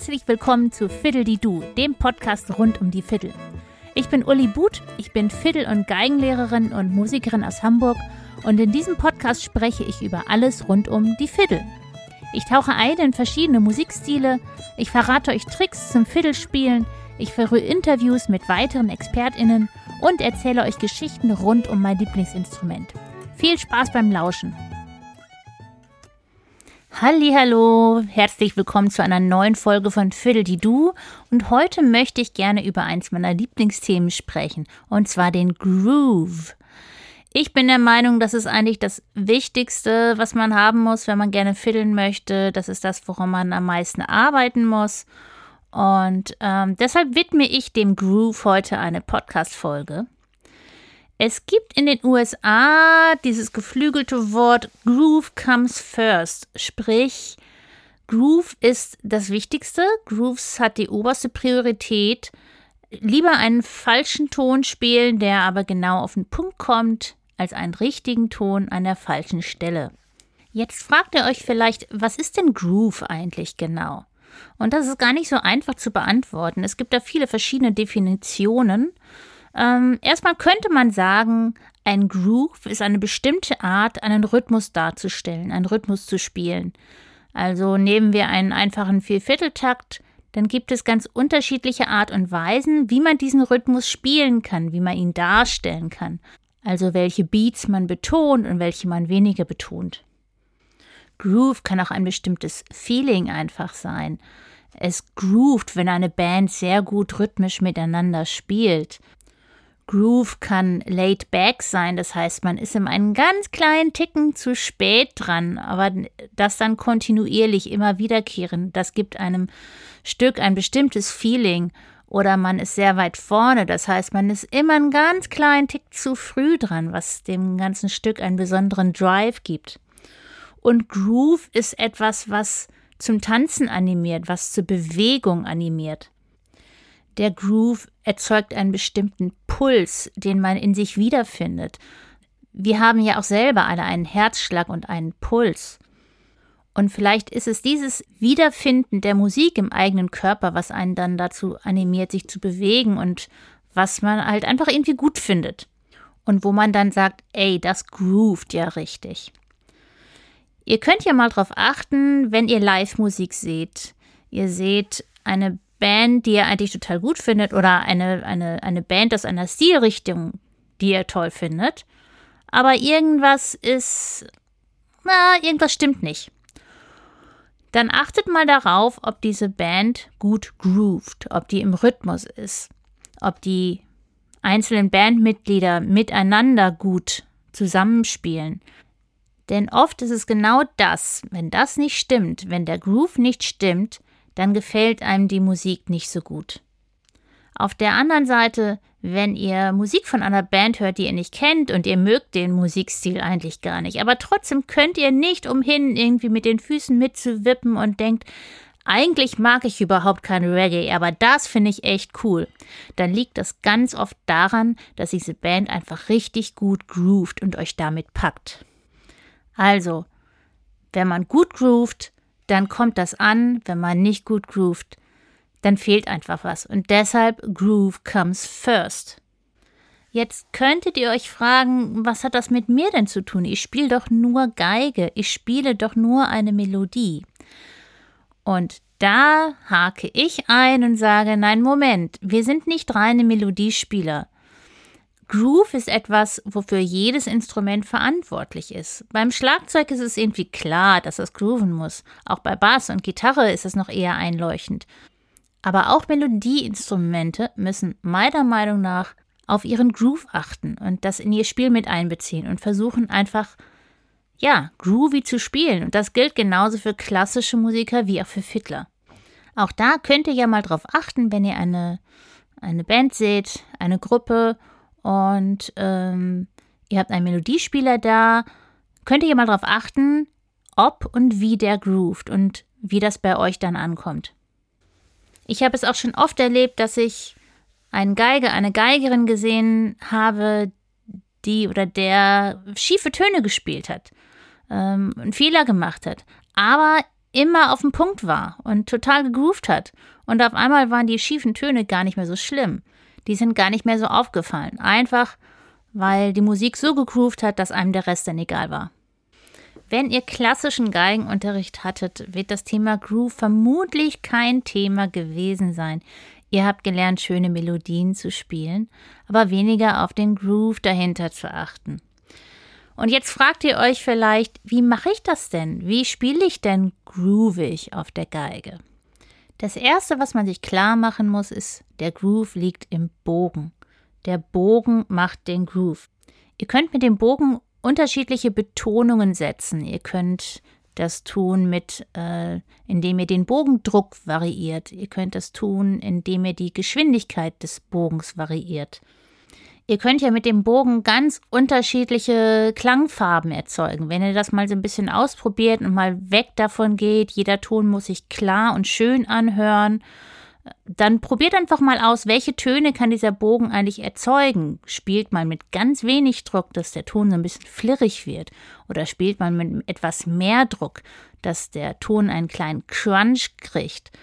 Herzlich willkommen zu Fiddle-di-Doo, dem Podcast rund um die Fiddle. Ich bin Uli Buth, ich bin Fiddle- und Geigenlehrerin und Musikerin aus Hamburg und in diesem Podcast spreche ich über alles rund um die Fiddle. Ich tauche ein in verschiedene Musikstile, ich verrate euch Tricks zum Fiddlespielen, ich führe Interviews mit weiteren ExpertInnen und erzähle euch Geschichten rund um mein Lieblingsinstrument. Viel Spaß beim Lauschen! Hallihallo, herzlich willkommen zu einer neuen Folge von Fiddle-di-Doo und heute möchte ich gerne über eins meiner Lieblingsthemen sprechen, und zwar den Groove. Ich bin der Meinung, das ist eigentlich das Wichtigste, was man haben muss, wenn man gerne fiddeln möchte. Das ist das, woran man am meisten arbeiten muss. Und deshalb widme ich dem Groove heute eine Podcast-Folge. Es gibt in den USA dieses geflügelte Wort Groove comes first, sprich Groove ist das Wichtigste, Grooves hat die oberste Priorität. Lieber einen falschen Ton spielen, der aber genau auf den Punkt kommt, als einen richtigen Ton an der falschen Stelle. Jetzt fragt ihr euch vielleicht, was ist denn Groove eigentlich genau? Und das ist gar nicht so einfach zu beantworten. Es gibt da viele verschiedene Definitionen. Erstmal könnte man sagen, ein Groove ist eine bestimmte Art, einen Rhythmus darzustellen, einen Rhythmus zu spielen. Also nehmen wir einen einfachen Viervierteltakt, dann gibt es ganz unterschiedliche Art und Weisen, wie man diesen Rhythmus spielen kann, wie man ihn darstellen kann. Also welche Beats man betont und welche man weniger betont. Groove kann auch ein bestimmtes Feeling einfach sein. Es groovt, wenn eine Band sehr gut rhythmisch miteinander spielt. Groove kann laid back sein, das heißt, man ist in einen ganz kleinen Ticken zu spät dran, aber das dann kontinuierlich immer wiederkehren, das gibt einem Stück ein bestimmtes Feeling. Oder man ist sehr weit vorne, das heißt, man ist immer einen ganz kleinen Tick zu früh dran, was dem ganzen Stück einen besonderen Drive gibt. Und Groove ist etwas, was zum Tanzen animiert, was zur Bewegung animiert. Der Groove erzeugt einen bestimmten Puls, den man in sich wiederfindet. Wir haben ja auch selber alle einen Herzschlag und einen Puls. Und vielleicht ist es dieses Wiederfinden der Musik im eigenen Körper, was einen dann dazu animiert, sich zu bewegen und was man halt einfach irgendwie gut findet. Und wo man dann sagt, ey, das groovt ja richtig. Ihr könnt ja mal drauf achten, wenn ihr Live-Musik seht. Ihr seht eine Band, die ihr eigentlich total gut findet oder eine Band aus einer Stilrichtung, die ihr toll findet. Aber irgendwas stimmt nicht. Dann achtet mal darauf, ob diese Band gut groovt, ob die im Rhythmus ist, ob die einzelnen Bandmitglieder miteinander gut zusammenspielen. Denn oft ist es genau das, wenn das nicht stimmt, wenn der Groove nicht stimmt, dann gefällt einem die Musik nicht so gut. Auf der anderen Seite, wenn ihr Musik von einer Band hört, die ihr nicht kennt und ihr mögt den Musikstil eigentlich gar nicht, aber trotzdem könnt ihr nicht umhin, irgendwie mit den Füßen mitzuwippen und denkt, eigentlich mag ich überhaupt kein Reggae, aber das finde ich echt cool. Dann liegt das ganz oft daran, dass diese Band einfach richtig gut groovt und euch damit packt. Also, wenn man gut groovt, dann kommt das an, wenn man nicht gut groovt, dann fehlt einfach was. Und deshalb Groove comes first. Jetzt könntet ihr euch fragen, was hat das mit mir denn zu tun? Ich spiele doch nur Geige, ich spiele doch nur eine Melodie. Und da hake ich ein und sage, nein, Moment, wir sind nicht reine Melodiespieler. Groove ist etwas, wofür jedes Instrument verantwortlich ist. Beim Schlagzeug ist es irgendwie klar, dass es grooven muss. Auch bei Bass und Gitarre ist es noch eher einleuchtend. Aber auch Melodieinstrumente müssen meiner Meinung nach auf ihren Groove achten und das in ihr Spiel mit einbeziehen und versuchen einfach, groovy zu spielen. Und das gilt genauso für klassische Musiker wie auch für Fiddler. Auch da könnt ihr ja mal drauf achten, wenn ihr eine Band seht, eine Gruppe, und ihr habt einen Melodiespieler da, könnt ihr ja mal drauf achten, ob und wie der groovt und wie das bei euch dann ankommt. Ich habe es auch schon oft erlebt, dass ich einen Geiger, eine Geigerin gesehen habe, die oder der schiefe Töne gespielt hat, einen Fehler gemacht hat. Aber immer auf dem Punkt war und total gegroovt hat. Und auf einmal waren die schiefen Töne gar nicht mehr so schlimm. Die sind gar nicht mehr so aufgefallen. Einfach, weil die Musik so gegroovt hat, dass einem der Rest dann egal war. Wenn ihr klassischen Geigenunterricht hattet, wird das Thema Groove vermutlich kein Thema gewesen sein. Ihr habt gelernt, schöne Melodien zu spielen, aber weniger auf den Groove dahinter zu achten. Und jetzt fragt ihr euch vielleicht, wie mache ich das denn? Wie spiele ich denn groovig auf der Geige? Das Erste, was man sich klar machen muss, ist, der Groove liegt im Bogen. Der Bogen macht den Groove. Ihr könnt mit dem Bogen unterschiedliche Betonungen setzen. Ihr könnt das tun indem ihr den Bogendruck variiert. Ihr könnt das tun, indem ihr die Geschwindigkeit des Bogens variiert. Ihr könnt ja mit dem Bogen ganz unterschiedliche Klangfarben erzeugen. Wenn ihr das mal so ein bisschen ausprobiert und mal weg davon geht, jeder Ton muss sich klar und schön anhören, dann probiert einfach mal aus, welche Töne kann dieser Bogen eigentlich erzeugen. Spielt man mit ganz wenig Druck, dass der Ton so ein bisschen flirrig wird? Oder spielt man mit etwas mehr Druck, dass der Ton einen kleinen Crunch kriegt?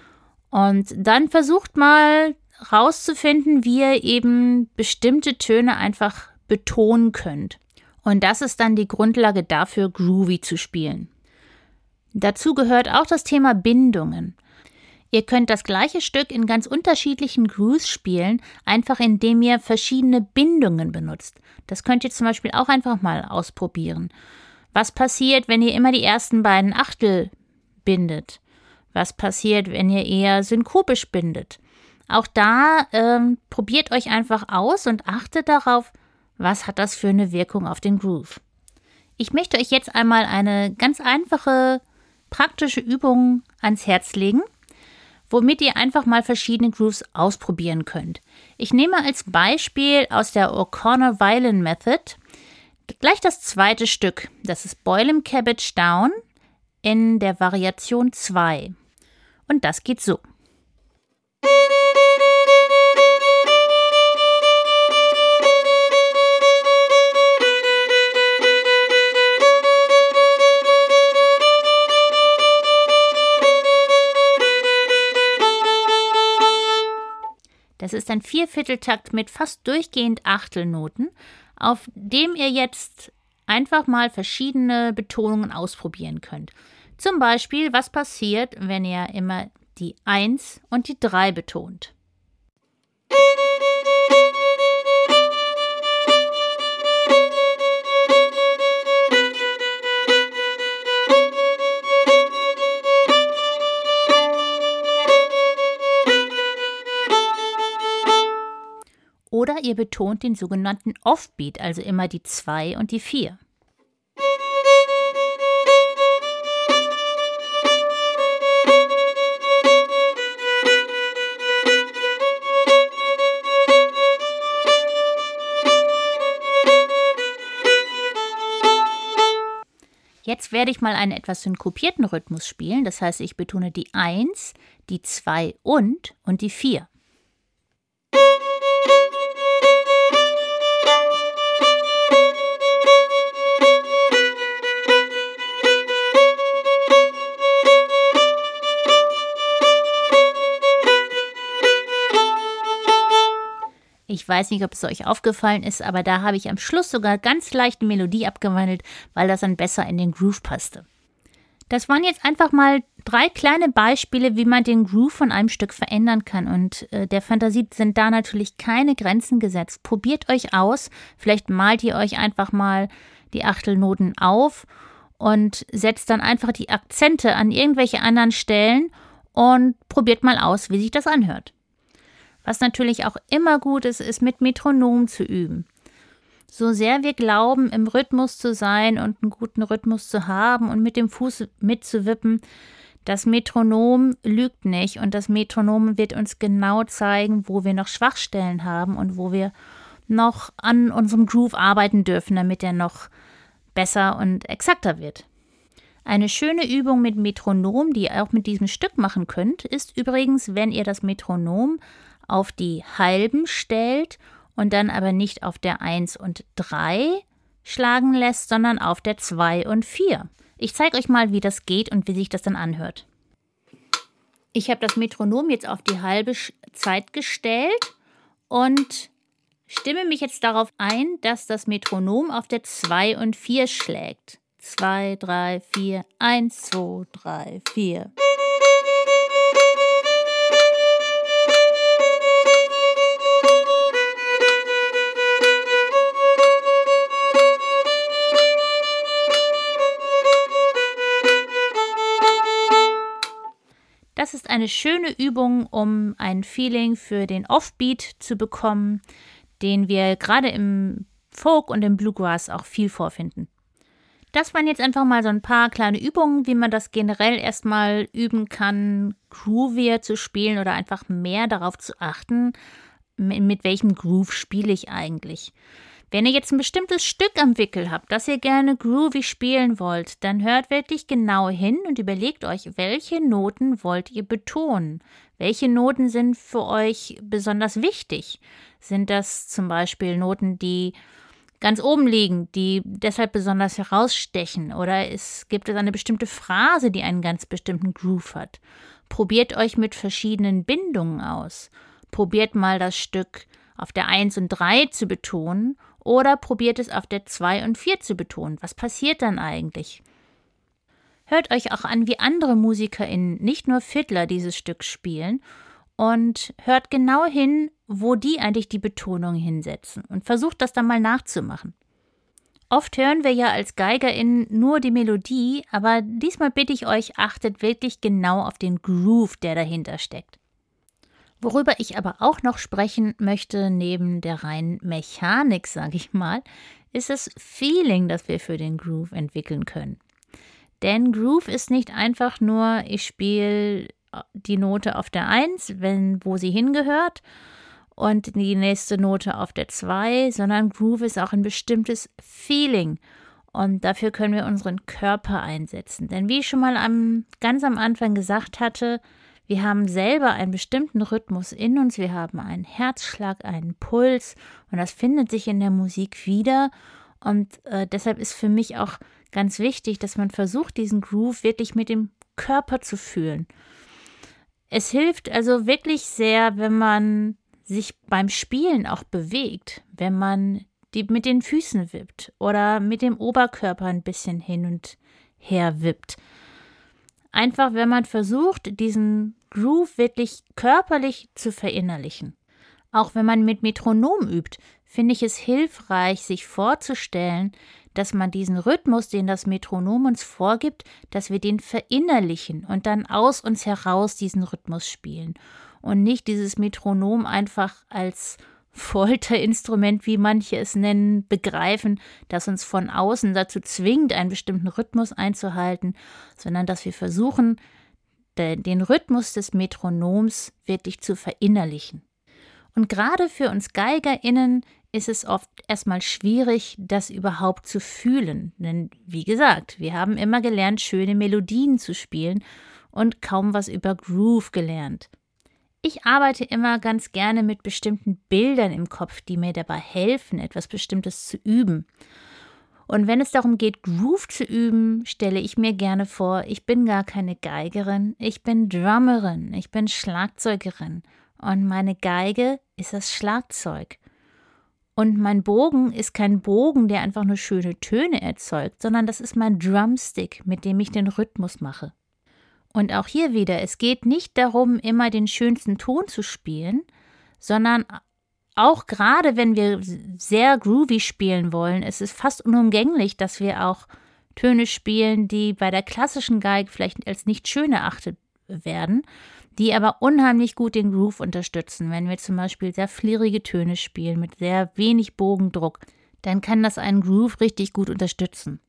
Und dann versucht mal rauszufinden, wie ihr eben bestimmte Töne einfach betonen könnt. Und das ist dann die Grundlage dafür, groovy zu spielen. Dazu gehört auch das Thema Bindungen. Ihr könnt das gleiche Stück in ganz unterschiedlichen Grooves spielen, einfach indem ihr verschiedene Bindungen benutzt. Das könnt ihr zum Beispiel auch einfach mal ausprobieren. Was passiert, wenn ihr immer die ersten beiden Achtel bindet? Was passiert, wenn ihr eher synkopisch bindet? Auch da probiert euch einfach aus und achtet darauf, was hat das für eine Wirkung auf den Groove. Ich möchte euch jetzt einmal eine ganz einfache, praktische Übung ans Herz legen, womit ihr einfach mal verschiedene Grooves ausprobieren könnt. Ich nehme als Beispiel aus der O'Connor Violin Method gleich das zweite Stück. Das ist Boil 'em Cabbage Down in der Variation 2. Und das geht so. Das ist ein Viervierteltakt mit fast durchgehend Achtelnoten, auf dem ihr jetzt einfach mal verschiedene Betonungen ausprobieren könnt. Zum Beispiel, was passiert, wenn ihr immer die 1 und die 3 betont. Oder ihr betont den sogenannten Offbeat, also immer die 2 und die 4. Jetzt werde ich mal einen etwas synkopierten Rhythmus spielen. Das heißt, ich betone die 1, die 2 und die 4. Ich weiß nicht, ob es euch aufgefallen ist, aber da habe ich am Schluss sogar ganz leicht die Melodie abgewandelt, weil das dann besser in den Groove passte. Das waren jetzt einfach mal 3 kleine Beispiele, wie man den Groove von einem Stück verändern kann. Und der Fantasie sind da natürlich keine Grenzen gesetzt. Probiert euch aus. Vielleicht malt ihr euch einfach mal die Achtelnoten auf und setzt dann einfach die Akzente an irgendwelche anderen Stellen und probiert mal aus, wie sich das anhört. Was natürlich auch immer gut ist, ist mit Metronom zu üben. So sehr wir glauben, im Rhythmus zu sein und einen guten Rhythmus zu haben und mit dem Fuß mitzuwippen, das Metronom lügt nicht und das Metronom wird uns genau zeigen, wo wir noch Schwachstellen haben und wo wir noch an unserem Groove arbeiten dürfen, damit er noch besser und exakter wird. Eine schöne Übung mit Metronom, die ihr auch mit diesem Stück machen könnt, ist übrigens, wenn ihr das Metronom auf die Halben stellt und dann aber nicht auf der 1 und 3 schlagen lässt, sondern auf der 2 und 4. Ich zeige euch mal, wie das geht und wie sich das dann anhört. Ich habe das Metronom jetzt auf die halbe Zeit gestellt und stimme mich jetzt darauf ein, dass das Metronom auf der 2 und 4 schlägt. 2, 3, 4, 1, 2, 3, 4. Das ist eine schöne Übung, um ein Feeling für den Offbeat zu bekommen, den wir gerade im Folk und im Bluegrass auch viel vorfinden. Das waren jetzt einfach mal so ein paar kleine Übungen, wie man das generell erstmal üben kann, groovier zu spielen oder einfach mehr darauf zu achten, mit welchem Groove spiele ich eigentlich. Wenn ihr jetzt ein bestimmtes Stück am Wickel habt, das ihr gerne groovy spielen wollt, dann hört wirklich genau hin und überlegt euch, welche Noten wollt ihr betonen? Welche Noten sind für euch besonders wichtig? Sind das zum Beispiel Noten, die ganz oben liegen, die deshalb besonders herausstechen? Oder gibt es eine bestimmte Phrase, die einen ganz bestimmten Groove hat? Probiert euch mit verschiedenen Bindungen aus. Probiert mal das Stück auf der 1 und 3 zu betonen oder probiert es auf der 2 und 4 zu betonen. Was passiert dann eigentlich? Hört euch auch an, wie andere MusikerInnen, nicht nur Fiddler, dieses Stück spielen und hört genau hin, wo die eigentlich die Betonung hinsetzen und versucht das dann mal nachzumachen. Oft hören wir ja als GeigerInnen nur die Melodie, aber diesmal bitte ich euch, achtet wirklich genau auf den Groove, der dahinter steckt. Worüber ich aber auch noch sprechen möchte, neben der reinen Mechanik, sage ich mal, ist das Feeling, das wir für den Groove entwickeln können. Denn Groove ist nicht einfach nur, ich spiele die Note auf der 1, wo sie hingehört, und die nächste Note auf der 2, sondern Groove ist auch ein bestimmtes Feeling. Und dafür können wir unseren Körper einsetzen. Denn wie ich schon mal ganz am Anfang gesagt hatte, wir haben selber einen bestimmten Rhythmus in uns, wir haben einen Herzschlag, einen Puls und das findet sich in der Musik wieder und deshalb ist für mich auch ganz wichtig, dass man versucht, diesen Groove wirklich mit dem Körper zu fühlen. Es hilft also wirklich sehr, wenn man sich beim Spielen auch bewegt, wenn man mit den Füßen wippt oder mit dem Oberkörper ein bisschen hin und her wippt. Einfach, wenn man versucht, diesen Groove wirklich körperlich zu verinnerlichen. Auch wenn man mit Metronom übt, finde ich es hilfreich, sich vorzustellen, dass man diesen Rhythmus, den das Metronom uns vorgibt, dass wir den verinnerlichen und dann aus uns heraus diesen Rhythmus spielen und nicht dieses Metronom einfach als Folterinstrument, wie manche es nennen, begreifen, das uns von außen dazu zwingt, einen bestimmten Rhythmus einzuhalten, sondern dass wir versuchen, den Rhythmus des Metronoms wirklich zu verinnerlichen. Und gerade für uns GeigerInnen ist es oft erstmal schwierig, das überhaupt zu fühlen. Denn wie gesagt, wir haben immer gelernt, schöne Melodien zu spielen und kaum was über Groove gelernt. Ich arbeite immer ganz gerne mit bestimmten Bildern im Kopf, die mir dabei helfen, etwas Bestimmtes zu üben. Und wenn es darum geht, Groove zu üben, stelle ich mir gerne vor, ich bin gar keine Geigerin, ich bin Drummerin, ich bin Schlagzeugerin und meine Geige ist das Schlagzeug. Und mein Bogen ist kein Bogen, der einfach nur schöne Töne erzeugt, sondern das ist mein Drumstick, mit dem ich den Rhythmus mache. Und auch hier wieder, es geht nicht darum, immer den schönsten Ton zu spielen, sondern auch gerade, wenn wir sehr groovy spielen wollen, es ist fast unumgänglich, dass wir auch Töne spielen, die bei der klassischen Geige vielleicht als nicht schön erachtet werden, die aber unheimlich gut den Groove unterstützen. Wenn wir zum Beispiel sehr flirrige Töne spielen mit sehr wenig Bogendruck, dann kann das einen Groove richtig gut unterstützen.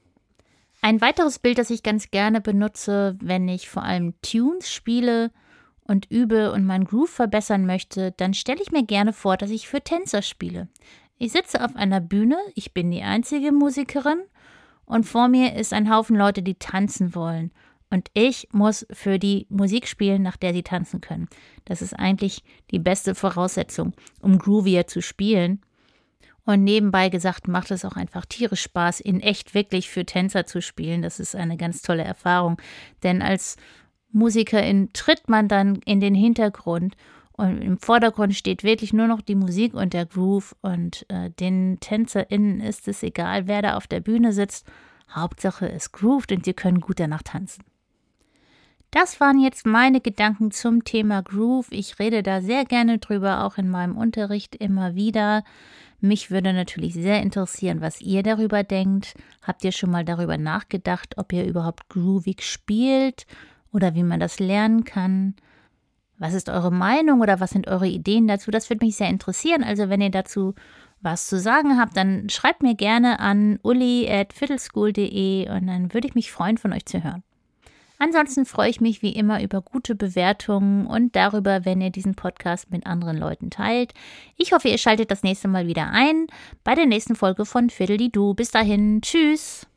Ein weiteres Bild, das ich ganz gerne benutze, wenn ich vor allem Tunes spiele und übe und meinen Groove verbessern möchte, dann stelle ich mir gerne vor, dass ich für Tänzer spiele. Ich sitze auf einer Bühne, ich bin die einzige Musikerin und vor mir ist ein Haufen Leute, die tanzen wollen. Und ich muss für die Musik spielen, nach der sie tanzen können. Das ist eigentlich die beste Voraussetzung, um groovier zu spielen. Und nebenbei gesagt, macht es auch einfach tierisch Spaß, in echt wirklich für Tänzer zu spielen. Das ist eine ganz tolle Erfahrung. Denn als Musikerin tritt man dann in den Hintergrund und im Vordergrund steht wirklich nur noch die Musik und der Groove. Und den TänzerInnen ist es egal, wer da auf der Bühne sitzt. Hauptsache es groovt und sie können gut danach tanzen. Das waren jetzt meine Gedanken zum Thema Groove. Ich rede da sehr gerne drüber, auch in meinem Unterricht immer wieder. Mich würde natürlich sehr interessieren, was ihr darüber denkt. Habt ihr schon mal darüber nachgedacht, ob ihr überhaupt groovig spielt oder wie man das lernen kann? Was ist eure Meinung oder was sind eure Ideen dazu? Das würde mich sehr interessieren. Also wenn ihr dazu was zu sagen habt, dann schreibt mir gerne an uli@fiddleschool.de und dann würde ich mich freuen, von euch zu hören. Ansonsten freue ich mich wie immer über gute Bewertungen und darüber, wenn ihr diesen Podcast mit anderen Leuten teilt. Ich hoffe, ihr schaltet das nächste Mal wieder ein bei der nächsten Folge von Fiddle-die-Doo. Bis dahin, tschüss!